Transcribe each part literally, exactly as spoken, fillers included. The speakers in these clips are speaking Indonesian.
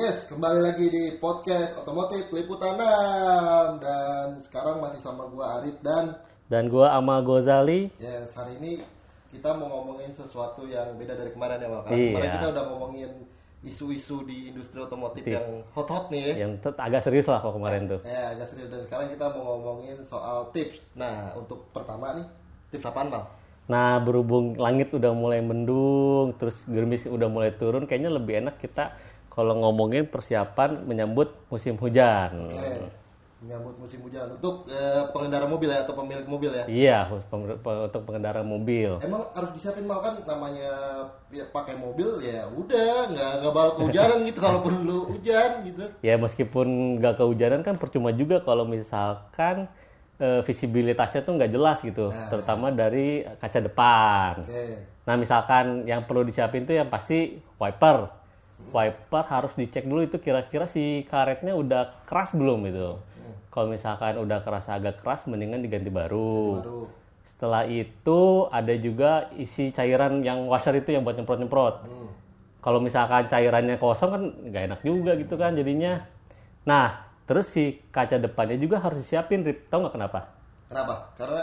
Yes, kembali lagi di podcast Otomotif Liputan enam. Dan sekarang masih sama gua Arif dan Dan gua Amal Ghazali. Yes, hari ini kita mau ngomongin sesuatu yang beda dari kemarin ya, Mal. Karena Iya. kemarin kita udah ngomongin isu-isu di industri otomotif Iya. yang hot-hot nih ya. Yang tet- agak serius lah kok kemarin tuh. Ya, agak serius. Dan sekarang kita mau ngomongin soal tips. Nah, untuk pertama nih, tips apaan, Mal? Nah, berhubung langit udah mulai mendung, terus gerimis udah mulai turun, kayaknya lebih enak kita kalau ngomongin persiapan menyambut musim hujan. Oke, menyambut musim hujan. Untuk eh, pengendara mobil ya, atau pemilik mobil ya? Iya, peng- pe- untuk pengendara mobil. Emang harus disiapin, Mal, kan namanya ya, pakai mobil ya udah nggak nggak bakal kehujanan gitu kalaupun lu hujan gitu. Ya meskipun nggak kehujanan kan percuma juga kalau misalkan eh, visibilitasnya tuh nggak jelas gitu, Nah. terutama dari kaca depan. Oke. Nah misalkan yang perlu disiapin tuh yang pasti wiper. Wiper harus dicek dulu itu kira-kira si karetnya udah keras belum itu. Kalau misalkan udah keras agak keras, mendingan diganti baru. Baru. Setelah itu ada juga isi cairan yang washer itu yang buat nyemprot-nyemprot. Hmm. Kalau misalkan cairannya kosong kan nggak enak juga gitu kan jadinya. Nah, terus si kaca depannya juga harus disiapin, Rip. Tahu nggak kenapa? Kenapa? Karena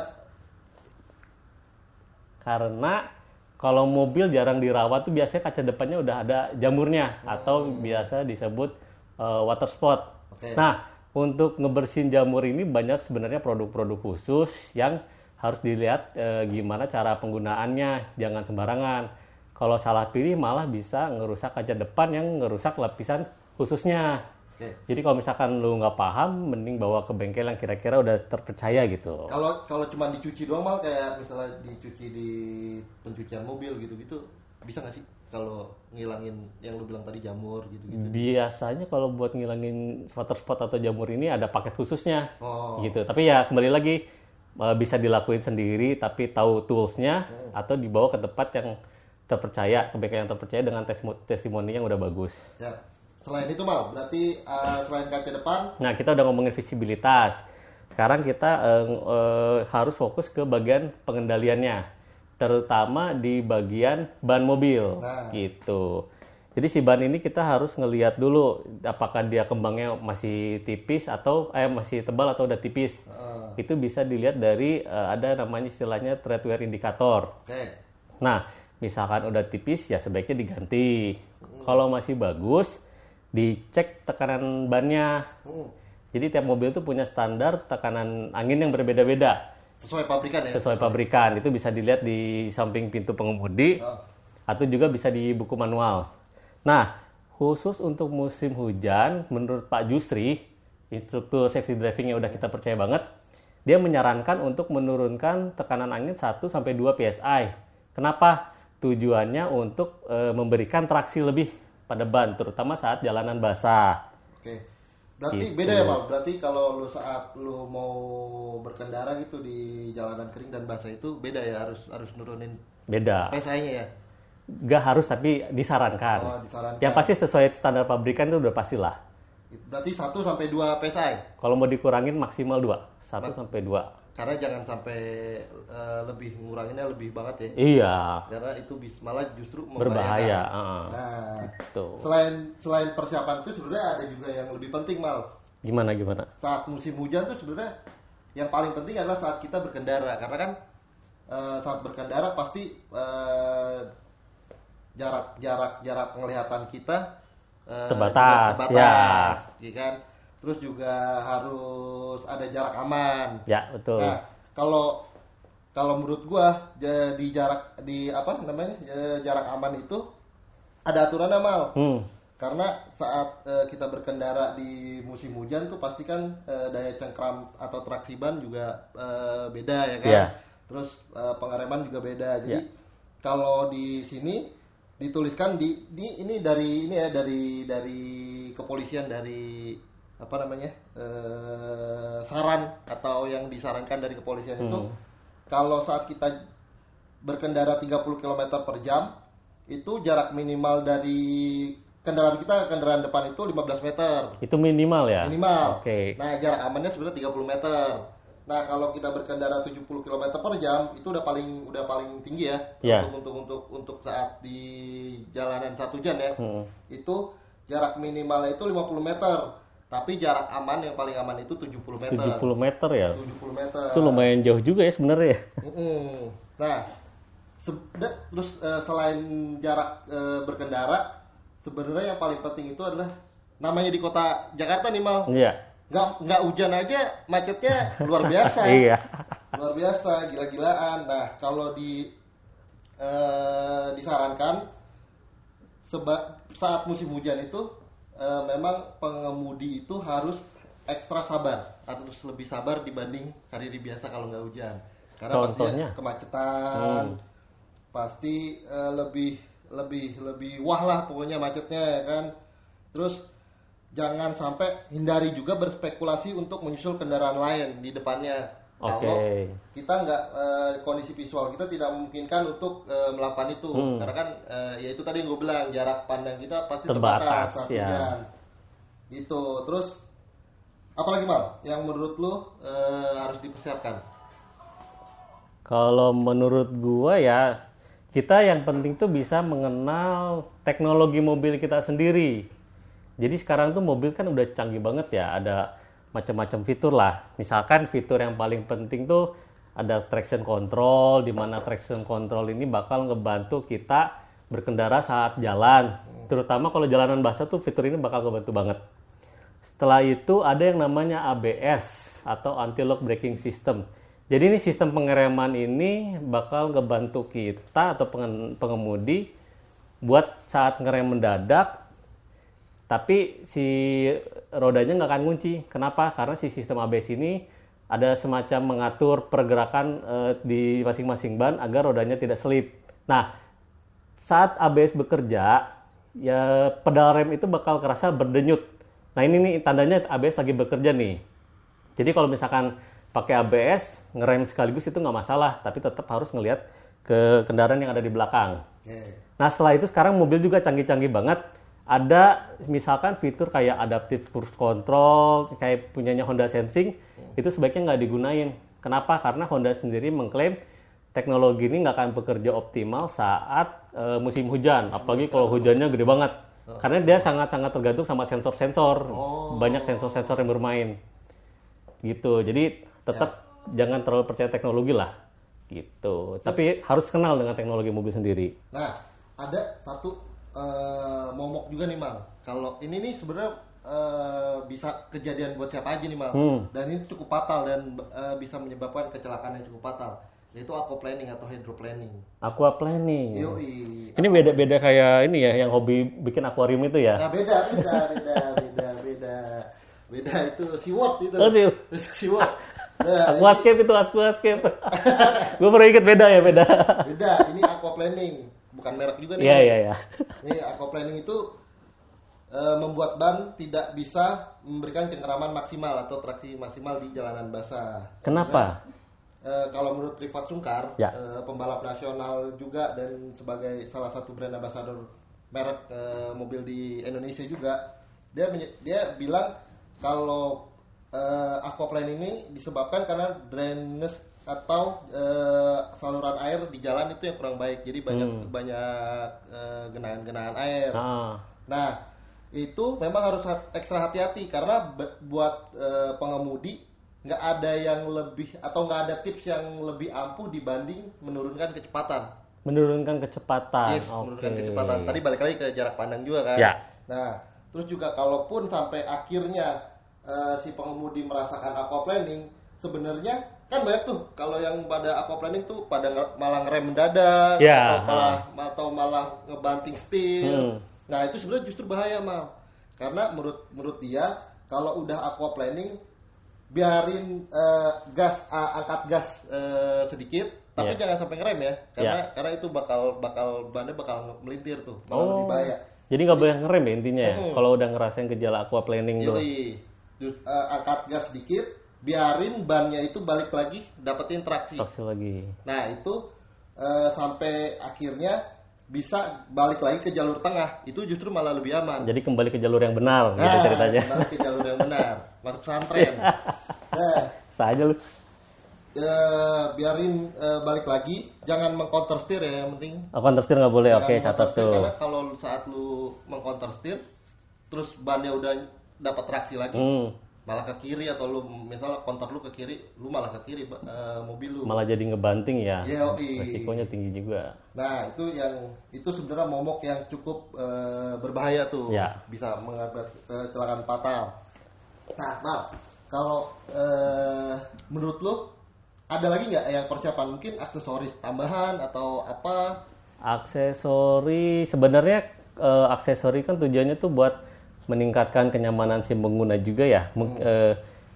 Karena kalau mobil jarang dirawat tuh biasanya kaca depannya udah ada jamurnya atau biasa disebut uh, water spot. Oke. Nah, untuk ngebersihin jamur ini banyak sebenarnya produk-produk khusus yang harus dilihat uh, gimana cara penggunaannya, jangan sembarangan. Kalau salah pilih malah bisa ngerusak kaca depan yang ngerusak lapisan khususnya. oke. Jadi kalau misalkan lu nggak paham, mending bawa ke bengkel yang kira-kira udah terpercaya gitu. Kalau kalau cuma dicuci doang, Mal, kayak misalnya dicuci di pencucian mobil gitu-gitu, bisa nggak sih kalau ngilangin yang lu bilang tadi jamur gitu-gitu? Biasanya kalau buat ngilangin water spot atau jamur ini ada paket khususnya Oh. gitu. Tapi ya kembali lagi eh, bisa dilakuin sendiri tapi tahu toolsnya atau dibawa ke tempat yang terpercaya, ke bengkel yang terpercaya dengan tesmo- testimoni yang udah bagus. Ya. Selain itu, Mal, berarti eh, selain kaca depan, Nah, kita udah ngomongin visibilitas. Sekarang kita eh, eh, harus fokus ke bagian pengendaliannya, terutama di bagian ban mobil, Nah. gitu. Jadi si ban ini kita harus ngelihat dulu apakah dia kembangnya masih tipis atau eh masih tebal atau udah tipis. eh, Itu bisa dilihat dari eh, ada namanya istilahnya tread wear indicator. oke. Nah, misalkan udah tipis ya sebaiknya diganti. Kalau masih bagus, dicek tekanan bannya. Hmm. Jadi tiap mobil itu punya standar tekanan angin yang berbeda-beda Sesuai pabrikan ya. sesuai pabrikan. Itu bisa dilihat di samping pintu pengemudi Oh. atau juga bisa di buku manual. Nah, khusus untuk musim hujan, menurut Pak Jusri, instruktur safety driving yang udah kita percaya banget, dia menyarankan untuk menurunkan tekanan angin satu sampai dua P S I. Kenapa? Tujuannya untuk e, memberikan traksi lebih pada ban, terutama saat jalanan basah. Oke. Berarti Gitu. beda ya, Mal. Berarti kalau lu saat lu mau berkendara gitu di jalanan kering dan basah itu beda ya, harus harus nurunin Beda. P S I-nya ya. Gak harus tapi disarankan. Oh, disarankan. Yang pasti sesuai standar pabrikan itu udah pastilah. Berarti satu sampai dua P S I. Kalau mau dikurangin maksimal dua, satu sampai dua. Karena jangan sampai eh, lebih nguranginnya lebih banget ya. Iya, Karena itu bis, malah justru membahayakan. berbahaya. heeh. Nah, Gitu. selain selain persiapan itu sebenarnya ada juga yang lebih penting, Mal. Gimana gimana? Saat musim hujan tuh sebenarnya yang paling penting adalah saat kita berkendara, karena kan eh, saat berkendara pasti eh, jarak jarak jarak penglihatan kita eh, Terbatas, juga terbatas, ya kan? Terus juga harus ada jarak aman. Ya betul. Nah, kalau kalau menurut gua ja- di jarak di apa namanya ja- jarak aman itu ada aturannya, Mal. Hmm, Karena saat eh, kita berkendara di musim hujan tuh pasti kan eh, daya cengkram atau traksi ban juga eh, beda ya kan. Iya. Terus eh, pengereman juga beda. Jadi Iya. kalau di sini dituliskan di, di ini dari ini ya dari dari kepolisian dari apa namanya eh, saran atau yang disarankan dari kepolisian itu Hmm. kalau saat kita berkendara tiga puluh kilometer per jam itu jarak minimal dari kendaraan kita kendaraan depan itu lima belas meter itu minimal ya. minimal. Oke. Nah, jarak amannya sebenarnya tiga puluh meter. Nah, kalau kita berkendara tujuh puluh kilometer per jam itu udah paling udah paling tinggi ya Iya. untuk untuk untuk untuk saat di jalanan satu jam ya. Hmm. Itu jarak minimalnya itu lima puluh meter. Tapi jarak aman yang paling aman itu tujuh puluh meter. tujuh puluh meter ya? tujuh puluh meter. Itu lumayan jauh juga ya sebenarnya. Mm-mm. Nah, se- terus uh, selain jarak uh, berkendara, sebenarnya yang paling penting itu adalah namanya di kota Jakarta nih Mal. Iya. Nggak, nggak hujan aja macetnya luar biasa. Iya. Luar biasa, gila-gilaan. Nah, kalau di uh, disarankan seba- saat musim hujan itu uh, memang pengemudi itu harus ekstra sabar, harus lebih sabar dibanding hari-hari biasa kalau nggak hujan. Karena Contohnya? pasti kemacetan, hmm. pasti uh, lebih lebih lebih wah lah pokoknya macetnya ya kan. Terus jangan sampai hindari juga berspekulasi untuk menyusul kendaraan lain di depannya. Okay. Kalau kita nggak uh, kondisi visual kita tidak memungkinkan untuk uh, melakukan itu, hmm. karena kan uh, ya itu tadi yang gue bilang jarak pandang kita pasti terbatas, terbatas ya. Hujan. Gitu. Terus apalagi Mal yang menurut lu uh, harus dipersiapkan? Kalau menurut gua ya kita yang penting tuh bisa mengenal teknologi mobil kita sendiri. Jadi sekarang tuh mobil kan udah canggih banget ya, ada macam-macam fitur lah. Misalkan fitur yang paling penting tuh ada traction control, di mana traction control ini bakal ngebantu kita berkendara saat jalan. Terutama kalau jalanan basah tuh fitur ini bakal ngebantu banget. Setelah itu ada yang namanya A B S atau anti-lock braking system. Jadi ini sistem pengereman ini bakal ngebantu kita atau pengemudi buat saat ngerem mendadak, tapi si rodanya nggak akan ngunci. Kenapa? Karena si sistem A B S ini ada semacam mengatur pergerakan e, di masing-masing ban agar rodanya tidak selip. Nah, saat A B S bekerja, ya pedal rem itu bakal kerasa berdenyut. Nah ini nih tandanya A B S lagi bekerja nih. Jadi kalau misalkan pakai A B S, ngerem sekaligus itu nggak masalah, tapi tetap harus ngelihat ke kendaraan yang ada di belakang. Okay. Nah setelah itu sekarang mobil juga canggih-canggih banget. Ada misalkan fitur kayak adaptive cruise control, kayak punyanya Honda Sensing, hmm. itu sebaiknya nggak digunain. Kenapa? Karena Honda sendiri mengklaim teknologi ini nggak akan bekerja optimal saat e, musim hujan, apalagi kalau hujannya gede banget. Oh. Karena dia sangat-sangat tergantung sama sensor-sensor, oh. banyak sensor-sensor yang bermain. Gitu, jadi tetap ya. Jangan terlalu percaya teknologi lah. Gitu, ya. Tapi harus kenal dengan teknologi mobil sendiri. Nah, ada satu Uh, momok juga nih Mal. Kalau ini nih sebenarnya uh, bisa kejadian buat siapa aja nih Mal. Hmm. Dan ini cukup fatal dan uh, bisa menyebabkan kecelakaan yang cukup fatal. Yaitu aquaplaning atau hydroplaning. Aquaplaning. Yoi. Ini beda-beda kayak ini ya, yang hobi bikin akuarium itu ya. Nah beda, beda, beda, beda, beda. Beda itu SeaWorld itu. Oh, si SeaWorld. Nah, aquascape itu aquascape. Gue pernah inget beda ya beda. Beda. Ini aquaplaning. Bukan merek juga nih. Iya, iya, iya. Nih, aquaplaning itu e, membuat ban tidak bisa memberikan cengkeraman maksimal atau traksi maksimal di jalanan basah. Kenapa? E, kalau menurut Rifat Sungkar, ya. e, pembalap nasional juga dan sebagai salah satu brand ambassador merek e, mobil di Indonesia juga, dia dia bilang kalau e, aquaplaning ini disebabkan karena drainage atau uh, saluran air di jalan itu yang kurang baik, jadi banyak hmm. banyak uh, genangan-genangan air. Ah. Nah itu memang harus ekstra hati-hati karena be- buat uh, pengemudi nggak ada yang lebih atau nggak ada tips yang lebih ampuh dibanding menurunkan kecepatan. Menurunkan kecepatan. Yes, okay. menurunkan kecepatan. Tadi balik lagi ke jarak pandang juga kan. Ya. Nah terus juga kalaupun sampai akhirnya uh, si pengemudi merasakan aquaplaning, sebenarnya kan banyak tuh kalau yang pada aquaplaning tuh pada nge- malah ngerem mendadak yeah, atau malah huh. atau malah ngebanting setir. Hmm. Nah itu sebenarnya justru bahaya Mal, karena menurut menurut dia kalau udah aquaplaning biarin uh, gas uh, angkat gas uh, sedikit, tapi yeah. jangan sampai ngerem ya, karena yeah. karena itu bakal bakal bannya bakal melintir tuh, malah oh, lebih bahaya. Jadi nggak boleh ngerem ya intinya ya, hmm. kalau udah ngerasain gejala aquaplaning tuh. Jadi uh, angkat gas sedikit, biarin bannya itu balik lagi dapetin traksi. Traksi lagi. Nah itu e, sampai akhirnya bisa balik lagi ke jalur tengah, itu justru malah lebih aman. Jadi kembali ke jalur yang benar, nah, gitu ceritanya. Kembali ke jalur yang benar, masuk pesantren. Nah, saja lu. E, biarin e, balik lagi, jangan mengcounter steer ya yang penting. Oh, counter steer nggak boleh, oke catat tuh. Karena kalau saat lu mengcounter steer terus bannya udah dapat traksi lagi, Hmm. malah ke kiri atau lu misalnya kontak lu ke kiri, lu malah ke kiri uh, mobil lu. Malah jadi ngebanting ya. Yoi. Resikonya tinggi juga. Nah itu yang itu sebenarnya momok yang cukup uh, berbahaya tuh, Ya. bisa mengakibatkan kecelakaan fatal. Nah, Mal, kalau uh, menurut lu ada lagi nggak yang persiapan mungkin aksesoris tambahan atau apa? Aksesori sebenarnya eh, aksesori kan tujuannya tuh buat meningkatkan kenyamanan si pengguna juga ya. Mung- eh,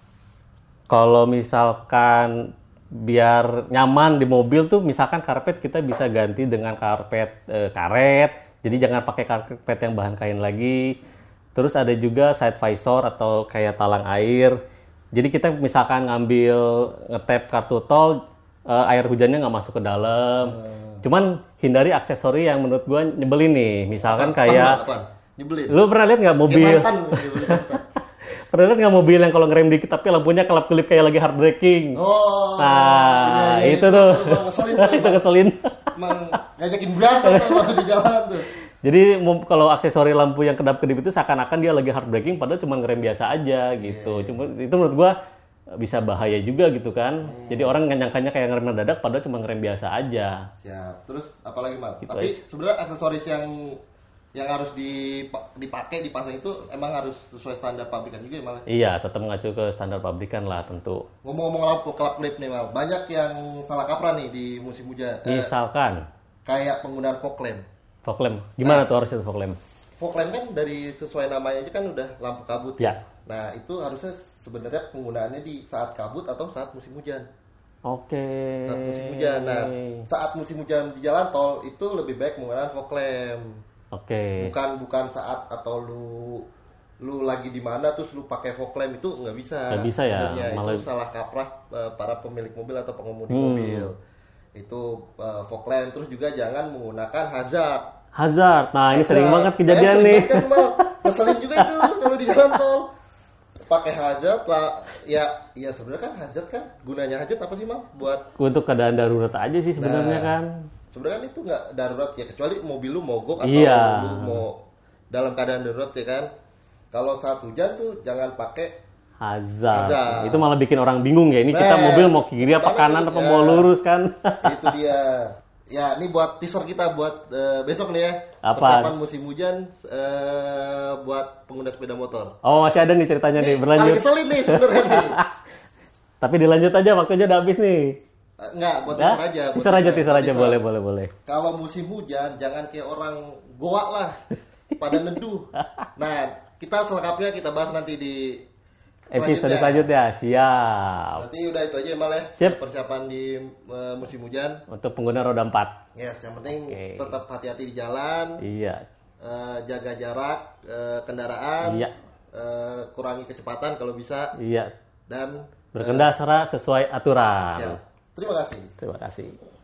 kalau misalkan biar nyaman di mobil tuh, misalkan karpet kita bisa ganti dengan karpet eh, karet. Jadi jangan pakai karpet yang bahan kain lagi. Terus ada juga side visor atau kayak talang air. Jadi kita misalkan ngambil ngetap kartu tol, eh, air hujannya nggak masuk ke dalam. Cuman hindari aksesori yang menurut gua nyebelin nih. Misalkan kayak Apaan? Nyebelin. lu pernah lihat nggak mobil? Kayak mantan, nyebelin mantan. Pernah lihat nggak mobil yang kalau ngerem dikit tapi lampunya kelap-kelip kayak lagi hard braking? Oh, Nah, iya, iya, itu tuh. emang ngeselin tuh, Itu emang. keselin. Emang ngajakin berantem tuh kalau di jalan tuh. Jadi mau- kalau aksesori lampu yang kedap-kedip itu seakan-akan dia lagi hard braking padahal cuma ngerem biasa aja gitu. Cuma itu menurut gua bisa bahaya juga gitu kan. Jadi orang nyangkanya kayak ngerem mendadak padahal cuma ngerem biasa aja. Siap. Terus apalagi Mal? Gitu Tapi aja. sebenarnya aksesoris yang yang harus dipa- dipakai dipasang itu emang harus sesuai standar pabrikan juga ya Mal? Iya, tetap mengacu ke standar pabrikan lah tentu. Ngomong-ngomong lampu kelap klip nih Mal, banyak yang salah kaprah nih di musim hujan. Eh, Misalkan kayak penggunaan fog lamp. fog lamp. Gimana tuh harusnya tuh fog lamp? Fog lamp kan dari sesuai namanya aja kan udah lampu kabut. Ya. Nah itu harusnya sebenarnya penggunaannya di saat kabut atau saat musim hujan. Oke. Saat musim hujan. Nah saat musim hujan di jalan tol itu lebih baik menggunakan fog lamp. Oke. Bukan bukan saat atau lu lu lagi di mana terus lu pakai fog lamp itu nggak bisa. Nggak bisa ya, Sebenarnya malah- itu salah kaprah eh, para pemilik mobil atau pengemudi Hmm. mobil. Itu eh, fog lamp, terus juga jangan menggunakan hazard. Hazard. Nah, ini Hazard. sering banget kejadian Eh, nih. sering banget kan, Mal. Ngeselin juga itu kalau di jalan tol. Pakai hazard lah. Ya, ya sebenarnya kan hazard kan gunanya hazard apa sih, Mal? Buat Untuk keadaan darurat aja sih sebenarnya Nah. kan. sebenarnya kan itu nggak darurat ya, kecuali mobil lu mogok atau Iya. lu mau dalam keadaan darurat ya kan. Kalau saat hujan tuh jangan pakai Hazard. Hazard. Itu malah bikin orang bingung ya. Ini kita Nah, mobil mau kiri apa makanya kanan itu, apa ya. mau lurus kan? itu dia. Ya, ini buat teaser kita buat eh, besok nih ya. Apa? Persiapan musim hujan eh, buat pengguna sepeda motor. Oh, masih ada nih ceritanya nih, Nih, berlanjut. paling keselin nih sebenarnya nih. Tapi dilanjut aja, waktunya udah habis nih. Eh, Enggak, buat Nah, teaser aja. buat teaser aja, teaser aja, teaser. boleh, boleh, boleh. Kalau musim hujan jangan kayak orang goa lah, pada neduh. Nah, kita selengkapnya kita bahas nanti di Episode selanjutnya, siap. Nanti udah itu aja Mal ya. Sip. Persiapan di eh, musim hujan. Untuk pengguna roda empat. Yes, yang penting Oke. tetap hati-hati di jalan, Iya. eh, jaga jarak eh, kendaraan, Iya. eh, kurangi kecepatan kalau bisa, Iya. dan Berkendara sesuai aturan. ya, terima kasih. Terima kasih.